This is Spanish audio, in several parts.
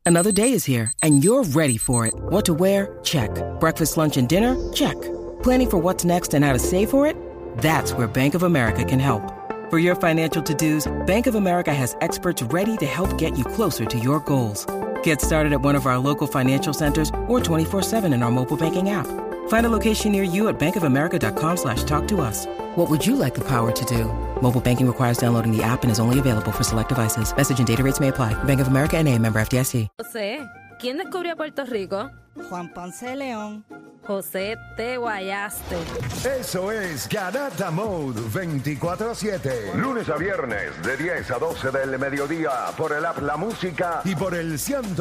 Another day is here, and you're ready for it. What to wear? Check. Breakfast, lunch, and dinner? Check. Planning for what's next and how to save for it? That's where Bank of America can help. For your financial to-dos, Bank of America has experts ready to help get you closer to your goals. Get started at one of our local financial centers or 24/7 in our mobile banking app. Find a location near you at bankofamerica.com/talktous. What would you like the power to do? Mobile banking requires downloading the app and is only available for select devices. Message and data rates may apply. Bank of America N.A., member FDIC. José, ¿quién descubrió Puerto Rico? Juan Ponce de León. José, te guayaste. Eso es Garata Mode 24/7. Lunes a viernes de 10 a 12 del mediodía por el app La Música y por el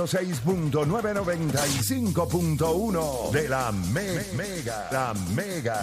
106.995.1 de la Mega. La Mega.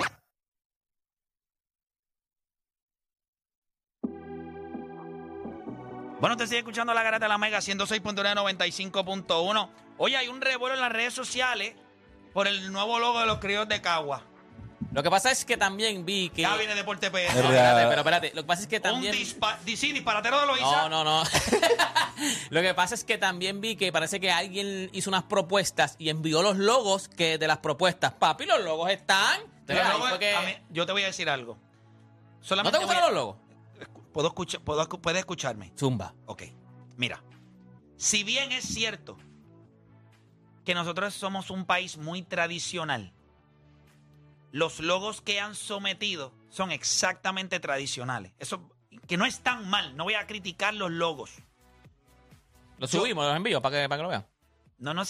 Bueno, te sigue escuchando la Garata de la Mega 106.995.1. Oye, hay un revuelo en las redes sociales por el nuevo logo de los Criollos de Cagua. Lo que pasa es que también vi que... Ya viene Deporte PR. No, espérate. Lo que pasa es que también... Disparatero de Loíza. No. Lo que pasa es que también vi que parece que alguien hizo unas propuestas y envió los logos de las propuestas. Papi, los logos están... Yo te voy a decir algo. ¿No te gustan los logos? ¿Puedes escucharme? Zumba. Ok. Mira. Si bien es cierto que nosotros somos un país muy tradicional, los logos que han sometido son exactamente tradicionales. Eso que no es tan mal. No voy a criticar los logos. Los subimos, los envío para que lo vean. No vamos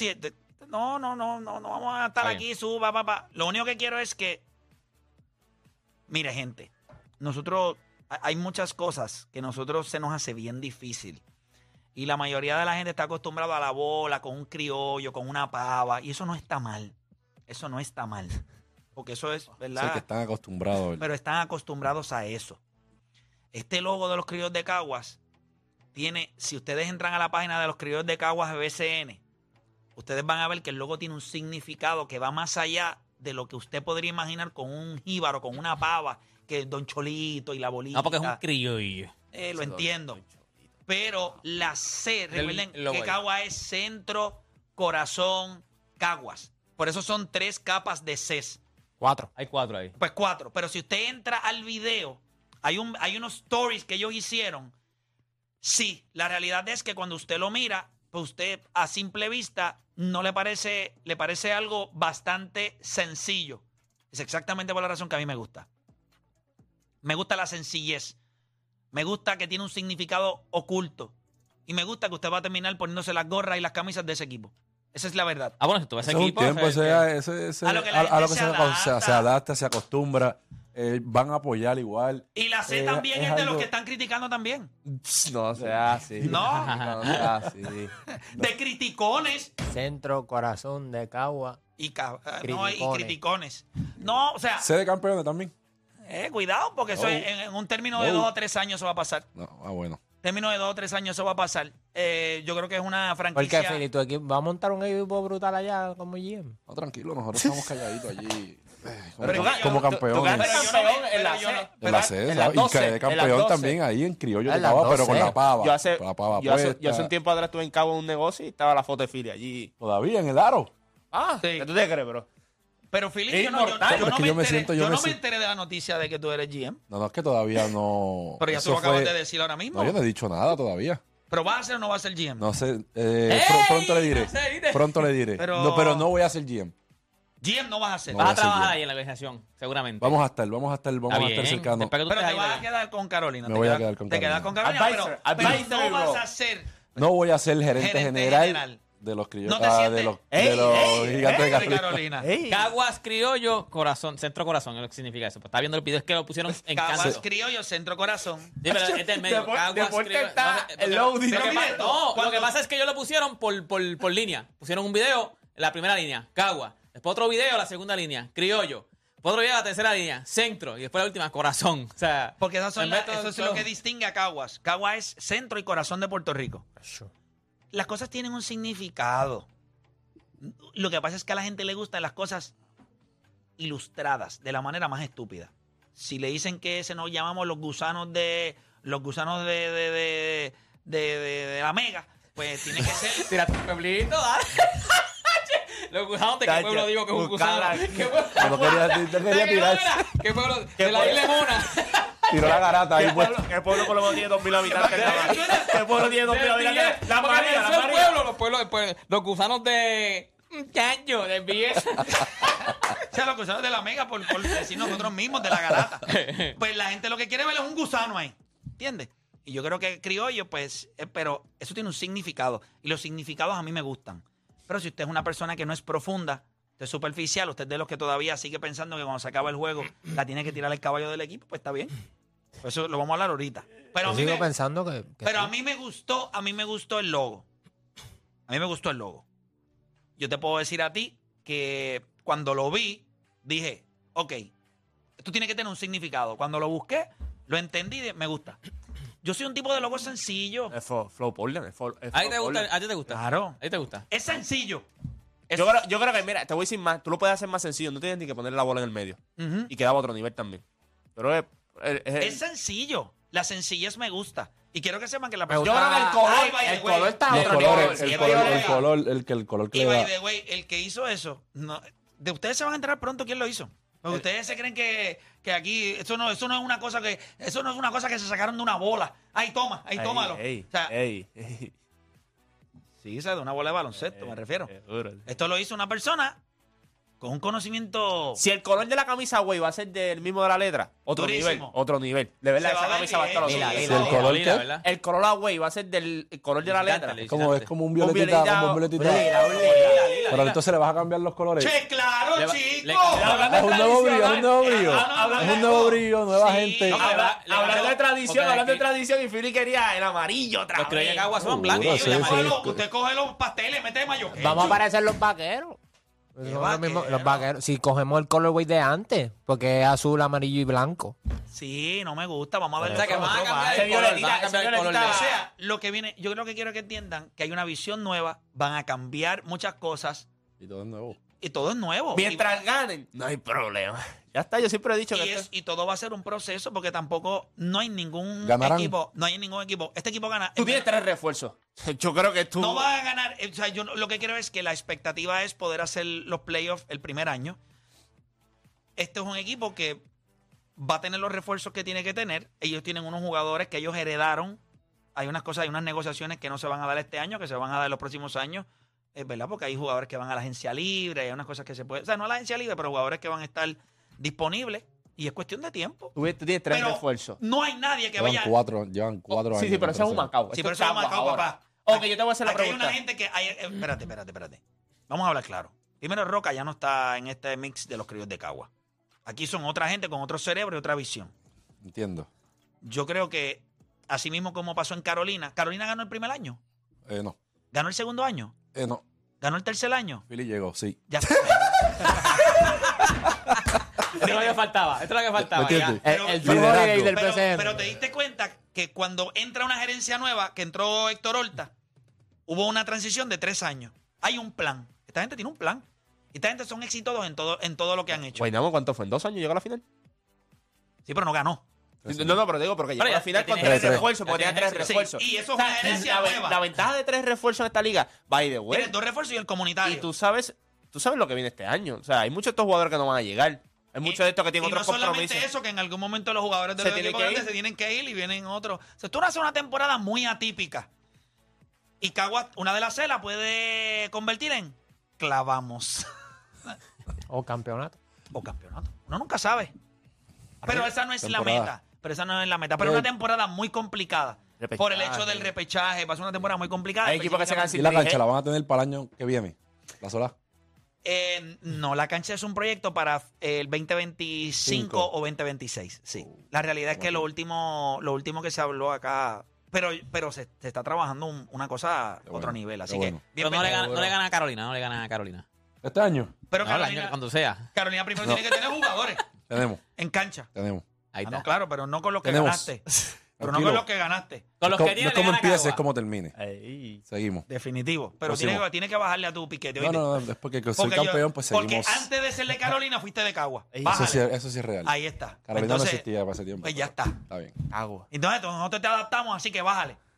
a estar aquí, suba, papá. Lo único que quiero es que, mire, gente, nosotros, hay muchas cosas que nosotros se nos hace bien difícil. Y la mayoría de la gente está acostumbrada a la bola, con un criollo, con una pava. Y eso no está mal. Eso no está mal. Porque eso es, ¿verdad? Sí, que están acostumbrados. Pero están acostumbrados a eso. Este logo de los Criollos de Caguas tiene, si ustedes entran a la página de los Criollos de Caguas BCN, ustedes van a ver que el logo tiene un significado que va más allá de lo que usted podría imaginar con un jíbaro, con una pava, que es Don Cholito y la bolita. No, porque es un criollo. Lo entiendo. Pero la C, recuerden que Cagua es Centro, Corazón, Caguas. Por eso son 3 capas de Cs. 4. Hay 4 ahí. Pues 4. Pero si usted entra al video, hay unos stories que ellos hicieron. Sí, la realidad es que cuando usted lo mira, pues usted a simple vista no le parece algo bastante sencillo. Es exactamente por la razón que a mí me gusta. Me gusta la sencillez. Me gusta que tiene un significado oculto. Y me gusta que usted va a terminar poniéndose las gorras y las camisas de ese equipo. Esa es la verdad. Bueno, si tú ves ese equipo... a lo que se adapta, se acostumbra. Van a apoyar igual. Y la C también es de los que están criticando también. No sea así. No sea así. De criticones. Centro, Corazón de Cagua. Y criticones. No, o sea... C de campeones también. Cuidado, porque eso en un término de 2 o 3 años eso va a pasar. Bueno. Término de 2 o 3 años eso va a pasar. Yo creo que es una franquicia... ¿Por qué, Fili? ¿Tu equipo va a montar un equipo brutal allá como GM? No, tranquilo, nosotros estamos calladitos allí. Como campeones. En la C, y quedé campeón también ahí en criollo de Cagua, pero con la pava. Yo hace un tiempo atrás estuve en Cabo en un negocio y estaba la foto de Fili allí. ¿Todavía en el aro? Sí. ¿Qué tú te crees, bro? Pero, Fili, yo no me enteré de la noticia de que tú eres GM. No, es que todavía no... Pero ya tú lo acabas de decir ahora mismo. No, yo no he dicho nada todavía. ¿Pero vas a ser o no vas a ser GM? No sé, pronto le diré. Pronto le diré. Pero no voy a ser GM. GM no vas a ser. Vas a trabajar ahí en la organización, seguramente. Vamos a estar cercanos. Pero te vas a quedar con Carolina. Me voy a quedar con Carolina. Te quedas con Carolina, pero no vas a ser... No voy a ser gerente general de los criollos. De los gigantes de Carolina. Caguas, criollo, corazón, centro corazón, es lo que significa eso. Pues está viendo el video, es que lo pusieron en casa. Caguas, criollo, centro corazón. Sí, pero este es el medio. Caguas, criollo. Lo que pasa es que ellos lo pusieron por línea. Pusieron un video, la primera línea, Caguas. Después otro video, la segunda línea, criollo. Después otro video, la tercera línea, centro. Y después la última, corazón. O sea, porque eso es lo que distingue a Caguas. Caguas es centro y corazón de Puerto Rico. Las cosas tienen un significado. Lo que pasa es que a la gente le gustan las cosas ilustradas de la manera más estúpida. Si le dicen que se nos llamamos los gusanos de la Mega, pues tiene que ser... Tírate un pueblito, dale. Los gusanos, ¿de qué pueblo digo que es un gusano? ¿Qué pueblo? Te quería tirar. ¿Qué pueblo? De la isla Mona. Tiró la garata ahí, pues. ¿Qué pueblo por lo menos tiene 2.000 habitantes? ¿Qué pueblo tiene 2.000 habitantes? La María. Los gusanos de... Chacho, de BS. O sea, los gusanos de la mega por decir nosotros mismos de la garata. Pues la gente lo que quiere ver es un gusano ahí. ¿Entiendes? Y yo creo que criollo, pues, pero eso tiene un significado. Y los significados a mí me gustan. Pero si usted es una persona que no es profunda, usted es superficial, usted es de los que todavía sigue pensando que cuando se acaba el juego la tiene que tirar el caballo del equipo, pues está bien. Pues eso lo vamos a hablar ahorita. Pero yo sigo pensando que pero sí. a mí me gustó el logo. A mí me gustó el logo. Yo te puedo decir a ti que cuando lo vi, dije, ok, esto tiene que tener un significado. Cuando lo busqué, lo entendí y me gusta. Yo soy un tipo de logo sencillo. Es Flow Portland. ¿A ti te gusta? Claro. ¿A ti te gusta? Es sencillo. Yo creo que, mira, te voy a decir más. Tú lo puedes hacer más sencillo. No tienes ni que poner la bola en el medio. Ujú. Y quedaba a otro nivel también. Pero Es sencillo. La sencillez me gusta. Y quiero que sepan que la Me persona... gusta creo que el color- Ay, by the el way. color está a Los otro colores, nivel. el color que Y le by da. the way, el que hizo eso, de ustedes se van a enterar pronto quién lo hizo. Porque ustedes se creen que aquí eso no es una cosa que se sacaron de una bola. Ahí tómalo. O sea, sí, de una bola de baloncesto, me refiero. Esto lo hizo una persona con un conocimiento. Si el color de la camisa, güey, va a ser del mismo de la letra, otro Durísimo. nivel. Otro nivel. De verdad, Se va esa a ver camisa va a estar bien. los Mira, días. ¿El color qué? ¿verdad? El color agüey va a ser del color de la letra. Le Es como un violeta, violetita, como un violetita. lila. Pero entonces le vas a cambiar los colores. ¡Che, claro, Le- chico! le- Es un nuevo brillo, es un nuevo brillo. Hablando Es un nuevo brillo, nueva Sí. gente. No, Hablando de tradición, Porque hablando de aquí- tradición, y Philly quería el amarillo otra Los criollos vez. de Cagua son Seguro, blancos. sí, sí. Usted coge los pasteles, mete mayo. Vamos a parecer los vaqueros. Son los mismos- los vaqueros. Si cogemos el colorway de antes, porque es azul, amarillo y blanco. Sí, no me gusta. Vamos a ver. O sea, que van a cambiar Ese el color, violetita, van a cambiar ese el color de... violetita. O sea, lo que viene, yo creo que quiero que entiendan que hay una visión nueva, van a cambiar muchas cosas Y todo es nuevo. y todo es nuevo. Mientras ganen, no hay problema. Ya está, yo siempre he dicho que Y todo va a ser un proceso porque tampoco no hay ningún ¿Ganarán? equipo. No hay ningún equipo. Este equipo gana. tú tienes 3 refuerzos. Yo creo que tú... No va a ganar. O sea, yo lo que quiero es que la expectativa es poder hacer los playoffs el primer año. Este es un equipo que va a tener los refuerzos que tiene que tener. Ellos tienen unos jugadores que ellos heredaron. Hay unas cosas, hay unas negociaciones que no se van a dar este año, que se van a dar en los próximos años. Es verdad, porque hay jugadores que van a la agencia libre, hay unas cosas que se pueden. O sea, no a la agencia libre, pero jugadores que van a estar disponibles. Y es cuestión de tiempo. Tú tienes 3 Pero refuerzos. no hay nadie que vaya. Llevan 4 años. Sí, pero eso es un Macao. Sí, pero eso es un Macao, papá. Ok, yo te voy a hacer la Aquí hay pregunta. una gente que... Espérate. Vamos a hablar claro. Primero, Roca ya no está en este mix de los criollos de Cagua. Aquí son otra gente con otro cerebro y otra visión. Entiendo. Yo creo que, así mismo como pasó en Carolina, ¿Carolina ganó el primer año? No. ¿Ganó el segundo año? No. ¿Ganó el tercer año? Philly llegó, sí. Ya está. Esto es lo que faltaba. Esto es lo que faltaba. ¿Me entiendes? Ya. El Liderazgo. holiday del Pero, PCM. pero te diste cuenta que cuando entra una gerencia nueva, que entró Héctor Horta, hubo una transición de 3 años. Hay un plan. Esta gente tiene un plan. Esta gente son exitosos en todo lo que han hecho. Guaynabo, ¿cuánto fue? ¿En 2 años llegó a la final? Sí, pero no ganó. No, pero digo porque llegó a ya la final con tiene 3 tres. refuerzos, porque Ya tenía tiene 3 Sí, refuerzos. y eso es una gerencia nueva. La ventaja de 3 refuerzos en esta liga, by the way. Tienes 2 refuerzos y el comunitario. Y tú sabes lo que viene este año. O sea, hay muchos de estos jugadores que no van a llegar. Hay muchos de estos que tienen y no otros solamente compromisos. eso, que en algún momento los jugadores de Se los tienen equipos que grandes ir. se tienen que ir y vienen otros. O sea, tú no haces una temporada muy atípica. Y Caguas, una de las celas puede convertir en clavamos. O campeonato. O campeonato. Uno nunca sabe. Pero esa no es la temporada. meta. Pero una temporada muy complicada. Repechaje. Por el hecho del repechaje. Va a ser una temporada muy complicada. Hay equipos que se quedan ¿Y sin la cancha dirigente. la van a tener para el año que viene? ¿La sola? No, la cancha es un proyecto para el 2025 o 2026. Sí. La realidad es que lo último que se habló acá, pero se está trabajando una cosa a Qué otro bueno, nivel. Así qué que bueno. Pero no bienvenido. le gana a Carolina. No le gana a Carolina. ¿Este año? Pero No, el año Carolina, cuando sea. Carolina primero tiene que tener jugadores Tenemos. en cancha. Ahí Ah, está. no, claro, pero no con los que Tenemos. ganaste. Pero no Tranquilo. con los que ganaste. Con los No que es tiene como le gana empiece, es Cagua. como termine. Ey. Seguimos. Definitivo. Pero Próximo. tiene que bajarle a tu piquete. No, ¿oíste? no, es porque soy Porque campeón, pues porque seguimos. antes de ser de Carolina fuiste de Cagua. Eso Bájale. Eso sí es real. Ahí está. Carolina Entonces, no existía para ese tiempo. pues ya pero está. Está bien. Agua. Entonces nosotros te adaptamos, así que bájale.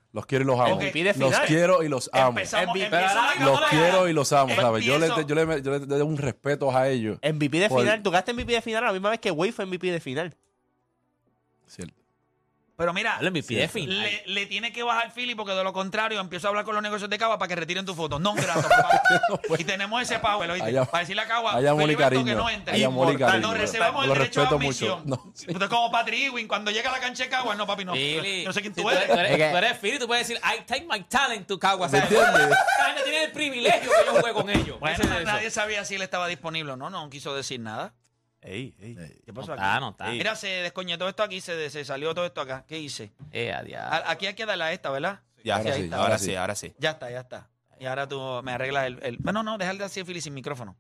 Los quiero y los amo. MVP de Los final. quiero y los amo. Los quiero y los amo, ¿sabes? Yo le doy un respeto a ellos. MVP de final. Tú gastas MVP de final a la misma vez que Wade fue MVP de final. Cierto. Pero mira, El MVP de final. le tiene que bajar Philly porque de lo contrario empiezo a hablar con los negocios de Cagua para que retiren tu foto. No, grato, papá. Y tenemos ese power, ¿oíste? Para decirle a Cagua, hay amor y Filiberto, que cariño. no entre. Hay amor y cariño. Nos reservamos el Lo derecho de respeto admisión. mucho. No, sí. Usted es como Patrick Ewing, cuando llega a la cancha de Cagua, no, papi, no. Philly. No sé quién Si tú eres. Tú eres Philly, tú puedes decir, I take my talent to Cagua. ¿Me entiendes? Esta gente tiene el privilegio que yo juegue con ellos. Bueno, Ese es eso. nadie sabía si él estaba disponible o no. No quiso decir nada. ¿Qué pasó aquí? No está. Mira, se descoñetó esto aquí, se salió todo esto acá. ¿Qué hice? Aquí hay que darle a esta, ¿verdad? Ya, Ahora ahí sí, está. ahora sí. Ya está. Y ahora tú me arreglas el... Bueno, no, déjale así a Philly sin micrófono.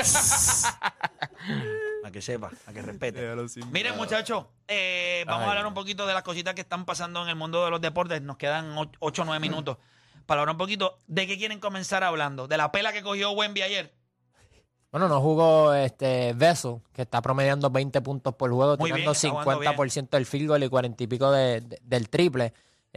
Para que sepa, para que respete. Miren, muchachos, vamos a hablar un poquito de las cositas que están pasando en el mundo de los deportes. Nos quedan 8 o 9 minutos para hablar un poquito. ¿De qué quieren comenzar hablando? ¿De la pela que cogió Wemby ayer? Bueno, no jugó Vessel, que está promediando 20 puntos por juego, Muy tirando bien, está jugando 50% del field goal y 40 y pico del triple.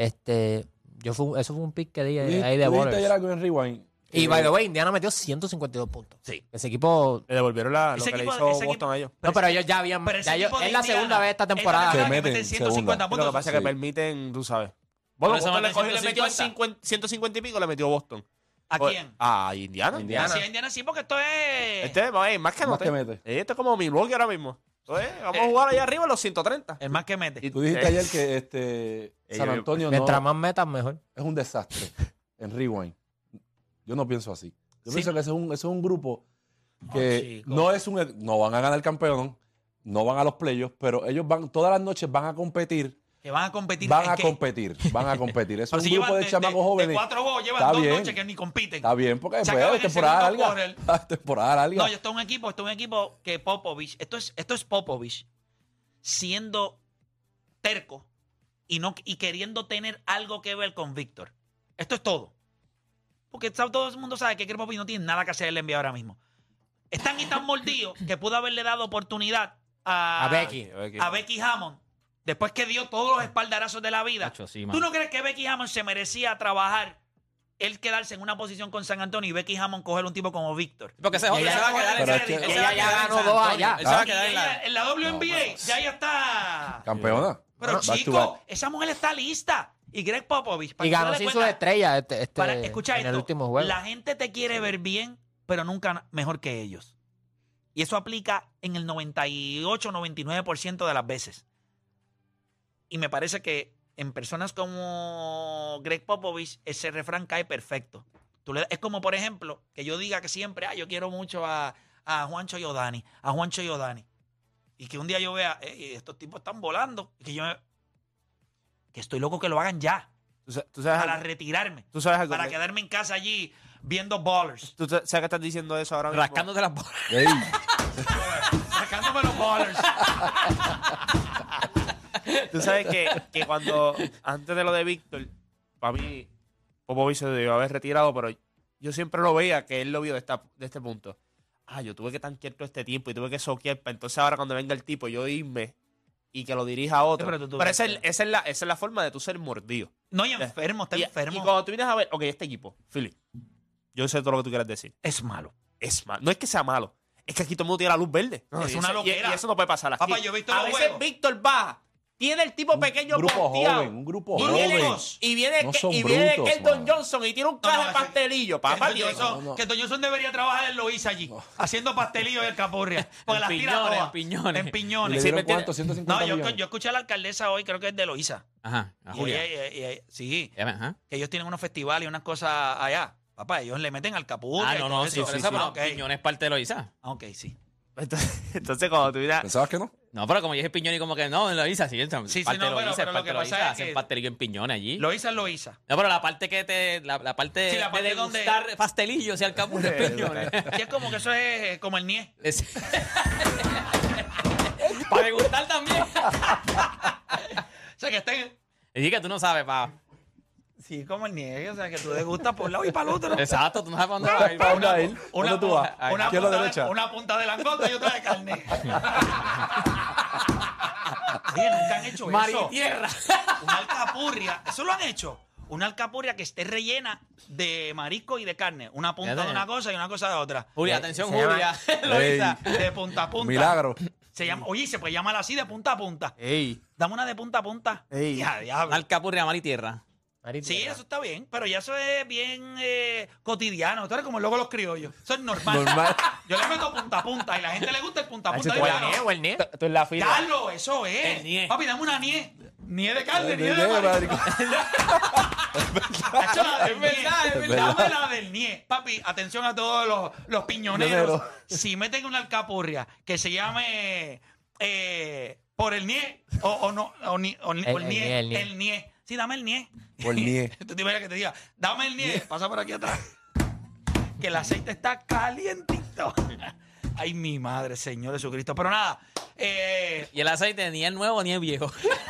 Eso fue un pick que di ahí de ¿Tú dijiste Bowlers. ayer algo en Rewind? Y, by the way, Indiana metió 152 puntos. Sí. Ese equipo... Le devolvieron lo Ese que le equipo- hizo ese Boston a ellos. No, pero ellos ya habían... Pero ese ya ellos- equipo de es la Indiana segunda vez esta es la temporada. verdad Que meten 150 segunda. puntos. Lo que pasa es que Sí. permiten, tú sabes. Bueno, Pero se Boston mete le metió 150. 150 y pico, le metió Boston. ¿A quién? A Indiana. Sí, a Indiana sí, porque esto es... Más que no Más que mete. Esto es como Milwaukee ahora mismo. Vamos a jugar allá arriba en los 130. El más que mete. Tú dijiste ayer que San Antonio Mientras no más metas, mejor. es un desastre en Rewind. Yo no pienso así. Yo Sí. pienso que ese es un grupo que chico. no van a ganar el campeón, no van a los playoffs, pero ellos todas las noches van a competir. Que van a competir. Van ¿en a qué? competir. Es Pero un si grupo llevan de chamacos jóvenes. De 4 juegos llevan Está 2 bien. noches que ni compiten. Está bien, porque Se pues, acaban el temporada segundo larga. Temporada larga. No, esto es un equipo que Popovich, esto es Popovich siendo terco y queriendo tener algo que ver con Víctor. Esto es todo. Porque todo el mundo sabe que Greg Popovich no tiene nada que hacer en la NBA ahora mismo. Están y tan mordidos que pudo haberle dado oportunidad a Becky Hammond después que dio todos los espaldarazos de la vida. Nacho, sí, ¿Tú no crees que Becky Hammond se merecía trabajar, él quedarse en una posición con San Antonio y Becky Hammond coger un tipo como Víctor? Porque se va a quedar Pero en es que- San- él se ella va a ya quedar en ganó San 2 Antonio. allá. Él se va a Y quedar en la... ella, en la WNBA ya está. Campeona. Pero Back to chico, back. esa mujer está lista. Y Greg Popovich, para Y que tú ganó te sin des sus cuenta, estrellas escucha en esto, el último juego. la gente te quiere ver bien, pero nunca mejor que ellos. Y eso aplica en el 98-99% de las veces. Y me parece que en personas como Greg Popovich, ese refrán cae perfecto. Es como, por ejemplo, que yo diga que siempre, yo quiero mucho a Juancho Giordani, Y que un día yo vea, estos tipos están volando. Y que estoy loco que lo hagan ya. ¿Tú sabes Para algo? retirarme. ¿Tú sabes algo? Para quedarme en casa allí viendo ballers. ¿Tú sabes que estás diciendo eso ahora mismo? Rascándote las bolas. Ey, Sacándome los ballers. Tú sabes que cuando, antes de lo de Víctor, para mí, Popovich se debió haber retirado, pero yo siempre lo veía que él lo vio de este punto. Yo tuve que tanquear todo este tiempo y tuve que soquear para entonces ahora cuando venga el tipo yo irme y que lo dirija a otro. Sí, pero tú pero esa es la forma de tú ser mordido. No, y enfermo, está enfermo. Y cuando tú vienes a ver, este equipo, Philly, yo sé todo lo que tú quieres decir. Es malo. Es malo. No es que sea malo, es que aquí todo el mundo tiene la luz verde. No, es Y una eso- loquera. Y eso no puede pasar aquí. Papá, yo he visto a los veces juegos. Víctor baja, tiene el tipo pequeño un grupo posteado. joven, un grupo Y joven. viene, y viene, No son y viene brutos, Keldon mano. Johnson y tiene un traje de pastelillo. Papá, Dios. Que Toñoson debería trabajar en Loíza allí, haciendo pastelillos y alcapurria. Porque las tira piñones, todas. en piñones. En ¿Y piñones. le Sí, dieron me tiene- cuánto? 150 No, millones. yo escuché a la alcaldesa hoy, creo que es de Loíza. Ajá, a Y Julia. sí, Ajá. que ellos tienen unos festivales y unas cosas allá. Papá, ellos le meten al capurria. y No, todo sí, eso. pero esa, pero ok. Piñón es parte de Loíza. Ok, sí. Entonces cuando tú vienes... ¿Pensabas que no? No, pero como yo dije Piñón y como que no, en Loíza, sí, entra. Sí, parte no, de pero Loíza, es lo parte que de pasa Loíza, es hacen que- pastelillo en Piñones allí. Loíza es Loíza. No, pero la parte que la parte, Sí, la parte de donde- degustar pastelillos y alcapurria es Piñones. Que es como que eso es como el NIE. Para degustar también. O sea, que estén... Y que tú no sabes, pa. Sí, como el NIE. O sea, que tú degustas por un lado y para el otro. Exacto, tú no sabes para dónde vas a ir. ¿Para dónde ir? Una, ¿Dónde tú vas? una ¿Izquierda o punta derecha? una punta de langota y otra de carne. Oye, nunca han hecho Mar y eso. tierra. Una alcapurria. ¿Eso lo han hecho? una alcapurria que esté rellena de marisco y de carne. Una punta de una cosa y una cosa de otra. Julia, atención, se llama- Julia. Ey, De punta a punta. milagro. Se llama, oye, se puede llamar así de punta a punta. Ey. Dame una de punta a punta. Ey. Ya, diablo. Alcapurria, mar y tierra. Sí, eso está bien, pero ya eso es bien cotidiano. Esto es como el logo de los criollos. Eso es normal. Normal. Yo le meto punta a punta y a la gente le gusta el punta a punta. Hacho, O Yo el digo, nie, o el nie. Esto es la fila. Carlos, eso es. El nie. Papi, dame una nie. Nie de carne, nie Nie de de marisco. Hacho, la del Es verdad, nie. es verdad. Dame la del nie. Papi, atención a todos los piñoneros. Piñonero. Si meten una alcapurria que se llame por el nie o no o el nie, el nie. el nie. Sí, dame el nie. O el nie. Tú te imaginas que te diga, dame el nie, pasa por aquí atrás. Que el aceite está calientito. Ay, mi madre, Señor Jesucristo. Pero nada, Y el aceite ni es nuevo ni es viejo.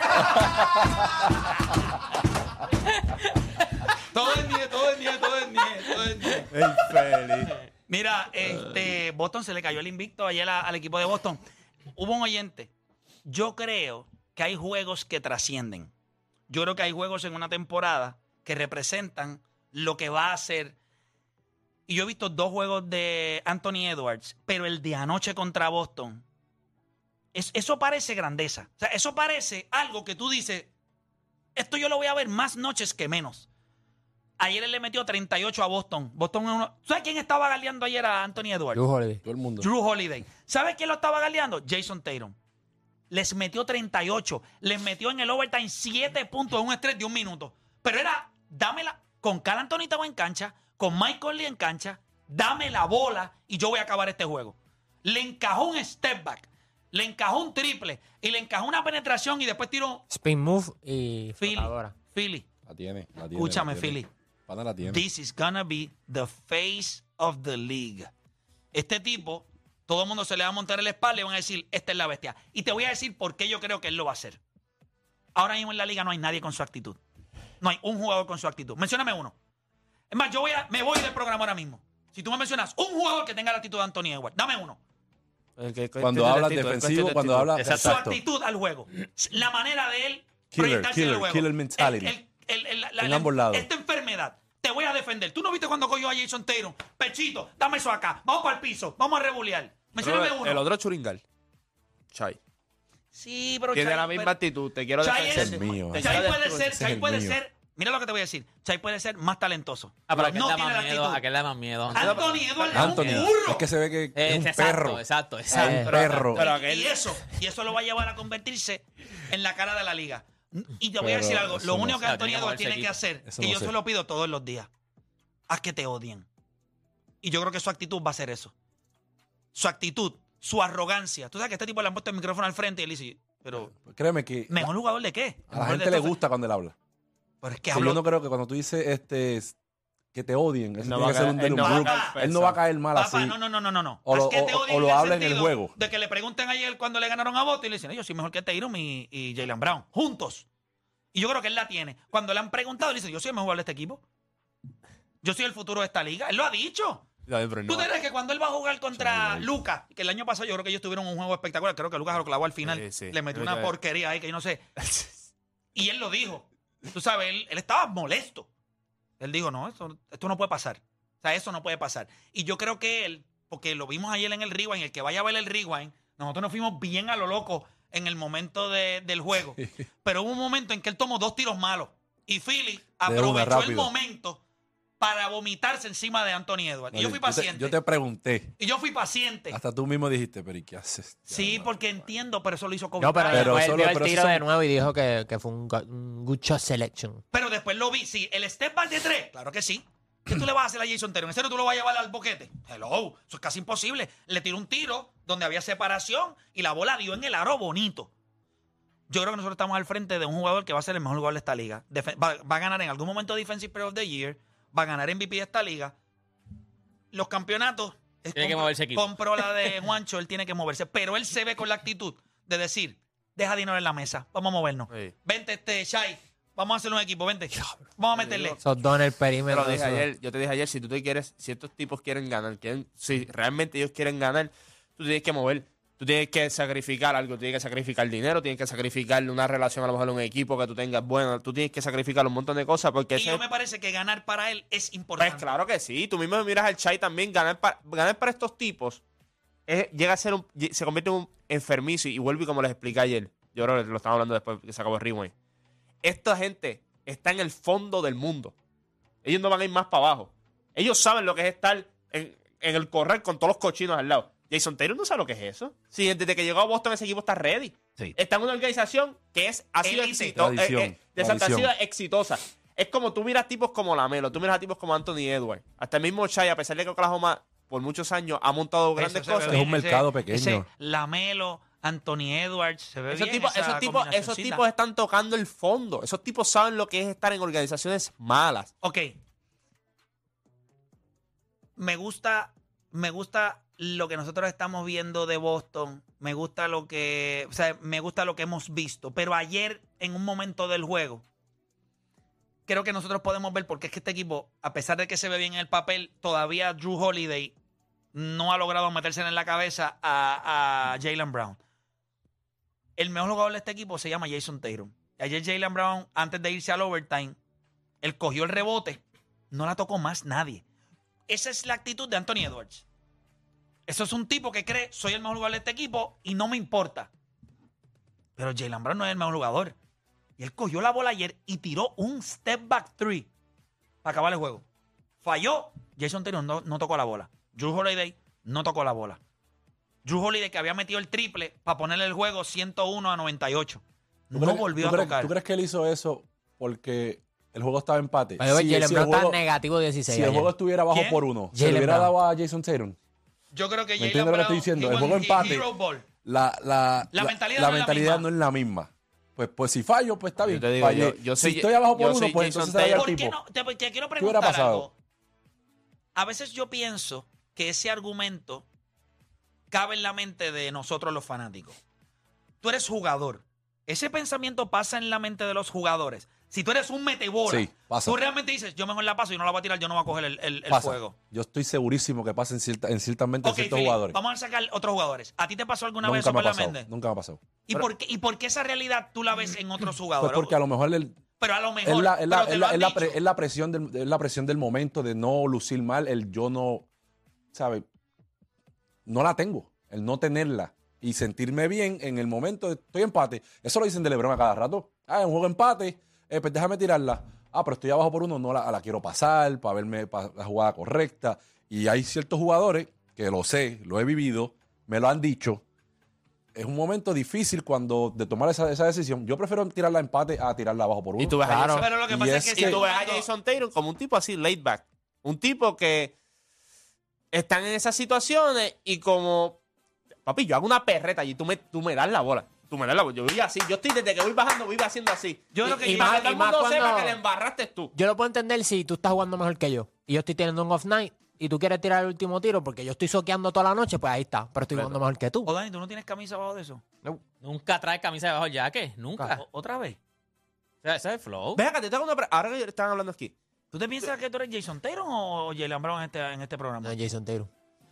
todo es nie, todo es nie, todo es nie, todo es nie. Ey, feliz. Mira, Boston se le cayó el invicto ayer al equipo de Boston. Hubo un oyente. Yo creo que hay juegos que trascienden. Yo creo que hay juegos en una temporada que representan lo que va a ser. Y yo he visto 2 juegos de Anthony Edwards, pero el de anoche contra Boston, eso parece grandeza. O sea, eso parece algo que tú dices, esto yo lo voy a ver más noches que menos. Ayer él le metió 38 a Boston. Boston es uno. ¿Sabes quién estaba galeando ayer a Anthony Edwards? Drew Holiday. Todo el mundo. Drew Holiday. ¿Sabes quién lo estaba galeando? Jason Tatum. Les metió 38. Les metió en el overtime 7 puntos en un estrés de 1 minuto. Pero era, dámela con Karl Anthony Towns en cancha, con Mike Conley en cancha, dame la bola y yo voy a acabar este juego. Le encajó un step back, le encajó un triple y le encajó una penetración y después tiró Spin move y Philly. flotadora. Philly. La tiene. Escúchame, la tiene. Philly. Pana la tiene. This is gonna be the face of the league. Este tipo, todo el mundo se le va a montar en la espalda y van a decir, esta es la bestia. Y te voy a decir por qué yo creo que él lo va a hacer. Ahora mismo en la liga no hay nadie con su actitud. No hay un jugador con su actitud. Mencióname uno. Es más, me voy del programa ahora mismo. Si tú me mencionas un jugador que tenga la actitud de Anthony Edwards, dame uno. Cuando hablas defensivo, cuando hablas... Su Exacto. actitud al juego. La manera de él Killer, proyectarse en el juego. killer mentality. En ambos lados. Esta enfermedad. Te voy a defender. ¿Tú no viste cuando cogió a Jason Tatum? Pechito, dame eso acá. Vamos para el piso. Vamos a rebulear. Mencióname uno. El otro churingal. Chai. Sí, pero Tiene Chai, la misma actitud. Te quiero Chai defender. es el mío. Te Chai quiero puede destruir. ser, Ese es Chai el puede mío. ser. Mira lo que te voy a decir. Chai puede ser más talentoso. Pero aquel no da tiene más la miedo. actitud. Aquel da más miedo. Anthony Edwards es Anthony, un burro. es que se ve que es un Exacto, perro. exacto. Es un Pero- perro. pero Y aquel- eso lo va a llevar a convertirse en la cara de la liga. Y te voy a Pero decir algo. eso Lo no único sé. que Anthony Tiene que Edwards moverse tiene que equipo. hacer, Eso que no yo sé. se lo pido todos los días, haz que te odien. Y yo creo que su actitud va a ser eso. Su actitud, su arrogancia. Tú sabes que a este tipo le han puesto el micrófono al frente y él dice, pero Créeme que ¿mejor jugador de qué? a la gente le gusta cuando él habla. Pero es que Que habló. yo no creo que cuando tú dices que te odien, eso No tiene va que ser a un caer- él no Dylan va a Brooks. caer Él no va a caer mal Papá, así. no. O lo- Es que te o- odien o lo en el habla en el sentido juego. De que le pregunten ayer cuando le ganaron a Boston y le dicen, yo soy mejor que Tatum y Jaylen Brown, juntos. Y yo creo que él la tiene. Cuando le han preguntado, le dicen, yo soy el mejor jugador de este equipo. Yo soy el futuro de esta liga. Él lo ha dicho. ¿Tú te crees que cuando él va a jugar contra Lucas, que el año pasado yo creo que ellos tuvieron un juego espectacular, creo que Lucas lo clavó al final, Sí, sí. le metió Yo una te- porquería ahí que yo no sé. Y él lo dijo. Tú sabes, él estaba molesto. Él dijo, no, esto no puede pasar. O sea, eso no puede pasar. Y yo creo que él, porque lo vimos ayer en el rewind, el que vaya a ver el rewind, nosotros nos fuimos bien a lo loco en el momento del juego. Pero hubo un momento en que él tomó 2 tiros malos. Y Philly aprovechó el rápido. momento para vomitarse encima de Anthony Edwards. Y yo fui paciente. Yo te pregunté. Y yo fui paciente. Hasta tú mismo dijiste, pero ¿y qué haces? Sí, Ya, porque entiendo, pero eso lo hizo Kobe No, pero, Bryant. Pero después él solo- vio el pero tiro son- de nuevo y dijo que fue un good shot selection. Pero después lo vi. Sí, el step back de 3, claro que sí. ¿Qué tú le vas a hacer a Jason Tatum? ¿En serio tú lo vas a llevar al boquete? Hello, eso es casi imposible. Le tiró un tiro donde había separación y la bola dio en el aro bonito. Yo creo que nosotros estamos al frente de un jugador que va a ser el mejor jugador de esta liga. Va a ganar en algún momento Defensive Player of the Year, va a ganar MVP de esta liga. Los campeonatos... Tiene que moverse equipo. Compró la de Juancho, él tiene que moverse. Pero él se ve con la actitud de decir, deja dinero en la mesa, vamos a movernos. Sí. Vente, Shai, vamos a hacer un equipo, vente. Vamos a meterle. Esos dos en el perímetro. Pero eso. yo te dije ayer, si estos tipos quieren ganar, si realmente ellos quieren ganar, tú tienes que mover. tú tienes que sacrificar algo, tienes que sacrificar dinero, tienes que sacrificar una relación a lo mejor en un equipo que tú tengas bueno, tú tienes que sacrificar un montón de cosas porque Y no me parece que ganar para él es importante. Pues claro que sí, tú mismo miras al Shai también, ganar para estos tipos llega a ser se convierte en un enfermizo y vuelvo y como les expliqué ayer, yo creo que lo estamos hablando después que se acabó el rewind. Esta gente está en el fondo del mundo. Ellos no van a ir más para abajo. Ellos saben lo que es estar en el correr con todos los cochinos al lado. Jason Taylor no sabe lo que es eso. Sí, desde que llegó a Boston ese equipo está ready. Sí. Está en una organización que ha sido exitosa. Es como tú miras tipos como Lamelo, tú miras a tipos como Anthony Edwards. Hasta el mismo Shai, a pesar de que Oklahoma por muchos años ha montado grandes cosas. Es un mercado pequeño. Ese Lamelo, Anthony Edwards, se ve bien esos tipos están tocando el fondo. Esos tipos saben lo que es estar en organizaciones malas. Ok. Me gusta lo que nosotros estamos viendo de Boston. Me gusta lo que hemos visto. Pero ayer, en un momento del juego, creo que nosotros podemos ver porque es que este equipo, a pesar de que se ve bien en el papel, todavía Jrue Holiday no ha logrado meterse en la cabeza a Jaylen Brown. El mejor jugador de este equipo se llama Jason Tatum. Ayer Jaylen Brown, antes de irse al overtime, él cogió el rebote, no la tocó más nadie. Esa es la actitud de Anthony Edwards. Eso es un tipo que cree, soy el mejor jugador de este equipo y no me importa. Pero Jaylen Brown no es el mejor jugador. Y él cogió la bola ayer y tiró un step back three para acabar el juego. Falló. Jason Taylor no tocó la bola. Jrue Holiday no tocó la bola. Jrue Holiday, que había metido el triple para ponerle el juego 101-98. No volvió a tocar. ¿Tú crees que él hizo eso porque el juego estaba empate? Jaylen Brown está negativo 16. Si el juego estuviera abajo por 1, ¿se le hubiera dado a Jason Tatum? Yo creo que Jaylen Brown... lo que estoy diciendo? El juego empate, la mentalidad no es la misma. Pues si fallo, pues está bien. Te digo, si estoy abajo por 1, pues entonces se da el tipo. Te quiero preguntar algo. A veces yo pienso que ese argumento cabe en la mente de nosotros los fanáticos. Tú eres jugador. Ese pensamiento pasa en la mente de los jugadores. Si tú eres un metebola, sí, tú realmente dices, yo mejor la paso y no la voy a tirar, yo no voy a coger el fuego. Yo estoy segurísimo que pasa en ciertos jugadores. Vamos a sacar otros jugadores. ¿A ti te pasó alguna vez eso por la mente? Nunca me ha pasado. ¿Y por qué esa realidad tú la ves en otros jugadores? Pues porque a lo mejor es la presión del momento de no lucir mal, el yo no, ¿sabes? No la tengo, el no tenerla y sentirme bien en el momento de estoy empate. Eso lo dicen de LeBron a cada rato. En un juego empate, pues déjame tirarla. Pero estoy abajo por 1, no la quiero pasar para verme la jugada correcta. Y hay ciertos jugadores que lo sé, lo he vivido, me lo han dicho. Es un momento difícil de tomar esa decisión. Yo prefiero tirarla a empate a tirarla abajo por 1. Y tú ves pero lo que pasa es que tú ves a Jason Taylor como un tipo así laid back. Un tipo que están en esas situaciones y como, papi, yo hago una perreta y tú me das la bola. Tú me das la bola. Yo voy así. Yo estoy desde que voy bajando, voy haciendo así. Yo creo que y más, todo el mundo sepa que le embarraste tú. Yo lo puedo entender si tú estás jugando mejor que yo y yo estoy teniendo un off night y tú quieres tirar el último tiro porque yo estoy soqueando toda la noche, pues ahí está. Pero estoy jugando mejor que tú. O Dani, ¿tú no tienes camisa abajo de eso? No. Nunca traes camisa debajo del jaque. Nunca. ¿Otra vez? O sea, ese es el flow. Ven acá, te tengo una ahora que están hablando aquí. ¿Tú te piensas que tú eres Jason Tatum o Jaylen Brown en este programa? No, Jason Tatum.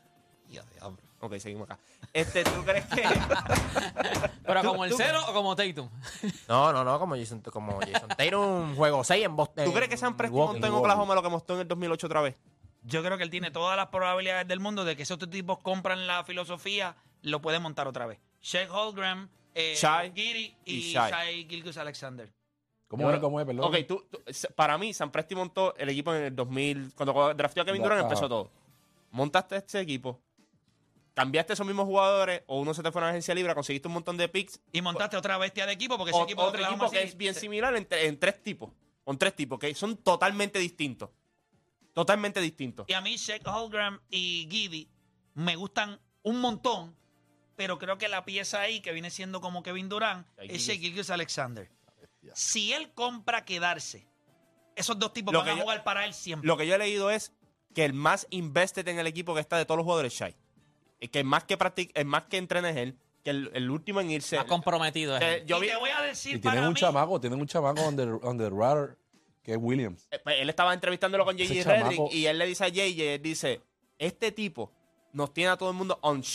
Ok, seguimos acá. ¿Tú crees que...? ¿Pero como el cero o como Tatum? No, como Jason Tatum, juego 6 en Boston. ¿Tú crees que Sam Presti montó en Oklahoma lo que mostró en el 2008 otra vez? Yo creo que él tiene todas las probabilidades del mundo de que esos tipos compran la filosofía, lo puede montar otra vez. Shaq Holmgren, Shai Giri y Shai Gilgeous-Alexander. ¿Cómo es, perdón? Ok, para mí, Sam Presti montó el equipo en el 2000, cuando drafteó a Kevin Durant empezó todo. Montaste este equipo, cambiaste esos mismos jugadores o uno se te fue a una agencia libre, conseguiste un montón de picks. Y montaste otra bestia de equipo porque ese equipo... Otro equipo que es bien similar en tres tipos. Con tres tipos que son totalmente distintos. Totalmente distintos. Y a mí Shaq Holmgren y Giddy me gustan un montón, pero creo que la pieza ahí que viene siendo como Kevin Durant es Shai Gilgeous-Alexander. Si él compra quedarse, esos dos tipos van a jugar para él siempre. Lo que yo he leído es que el más invested en el equipo que está de todos los jugadores es Shai. Que más que entrena es él, que el último en irse. Más comprometido es él. Te voy a decir, y tienen un chamaco on the radar, que es Williams. Él estaba entrevistándolo con J.J. Redick y él le dice a J.J., él dice, este tipo nos tiene a todo el mundo on check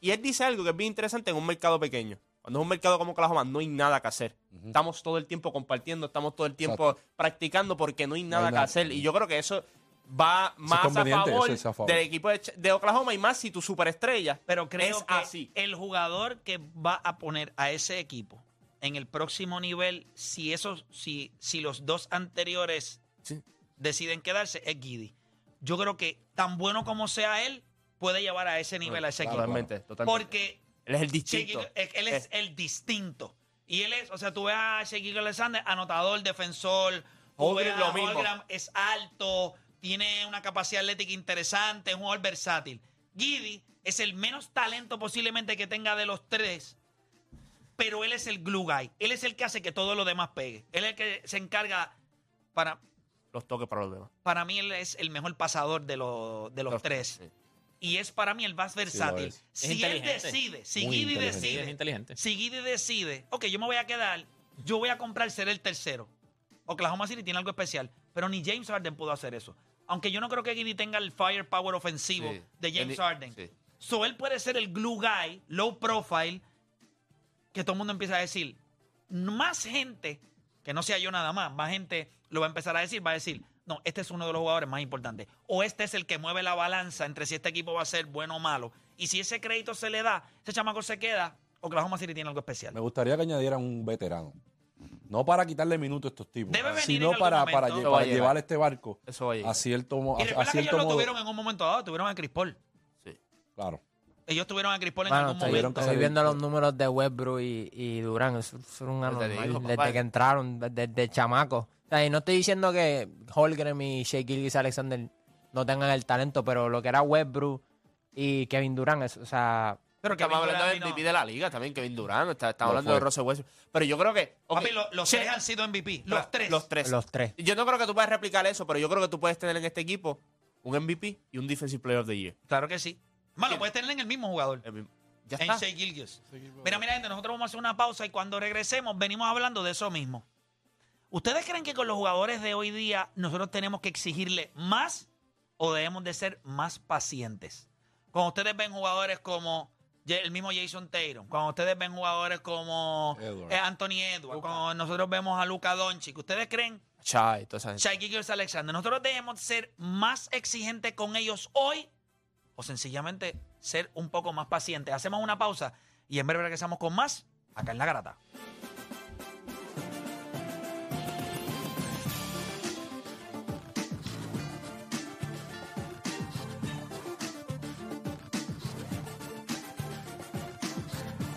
Y él dice algo que es bien interesante en un mercado pequeño. Cuando es un mercado como Oklahoma, no hay nada que hacer. Estamos todo el tiempo compartiendo, estamos todo el tiempo practicando porque no hay nada que hacer. Y yo creo que eso va más a favor del equipo de Oklahoma y más si tu superestrella pero creo es que así. El jugador que va a poner a ese equipo en el próximo nivel, si los dos anteriores deciden quedarse, es Giddey. Yo creo que tan bueno como sea él, puede llevar a ese nivel a ese equipo. Totalmente. Porque él es el distinto. Él es el distinto. Y él es, o sea, tú ves a Shaquille Alexander, anotador, defensor. Holmgren lo mismo. Holmgren es alto, tiene una capacidad atlética interesante, es un jugador versátil. Giddey es el menos talento posiblemente que tenga de los tres, pero él es el glue guy. Él es el que hace que todo lo demás pegue. Él es el que se encarga para... Los toques para los demás. Para mí él es el mejor pasador de los tres. Sí. Y es para mí el más versátil. Si él decide, si Giddey decide, ok, yo me voy a quedar, yo voy a comprar ser el tercero. Oklahoma City tiene algo especial, pero ni James Harden pudo hacer eso. Aunque yo no creo que Giddey tenga el firepower ofensivo de James Harden. Sí. So él puede ser el glue guy, low profile, que todo el mundo empieza a decir. Más gente, que no sea yo nada más gente lo va a empezar a decir, va a decir, no, este es uno de los jugadores más importantes. O este es el que mueve la balanza entre si este equipo va a ser bueno o malo. Y si ese crédito se le da, ese chamaco se queda, Oklahoma City tiene algo especial. Me gustaría que añadieran un veterano. No para quitarle minutos a estos tipos, debe venir sino para llevar este barco a cierto Y recuerda que ellos lo tuvieron en un momento dado, tuvieron a Chris Paul. Sí. Claro. Ellos tuvieron a Chris Paul en algún momento. Estoy viendo los números de Westbrook y Durant. Eso es un anormal. Desde que entraron, desde chamacos. O sea, y no estoy diciendo que Holmgren y Shaquille Alexander no tengan el talento, pero lo que era Westbrook y Kevin Durant, o sea... Pero que estamos hablando del MVP de la liga también, Kevin Durant. Estamos hablando de Russell Westbrook. Pero yo creo que... Okay, papi, los tres han sido MVP. Los tres. Yo no creo que tú puedas replicar eso, pero yo creo que tú puedes tener en este equipo un MVP y un Defensive Player of the Year. Claro que sí. Más lo puedes tener en el mismo jugador. Ya en Shai Gilgeous. Mira, gente, nosotros vamos a hacer una pausa y cuando regresemos venimos hablando de eso mismo. ¿Ustedes creen que con los jugadores de hoy día nosotros tenemos que exigirle más o debemos de ser más pacientes? Cuando ustedes ven jugadores como el mismo Jason Tatum, cuando ustedes ven jugadores como Anthony Edwards, cuando nosotros vemos a Luka Doncic, ¿ustedes creen? Shai Gilgeous Alexander, ¿nosotros debemos ser más exigentes con ellos hoy o sencillamente ser un poco más pacientes? Hacemos una pausa y en breve regresamos con más acá en La Garata.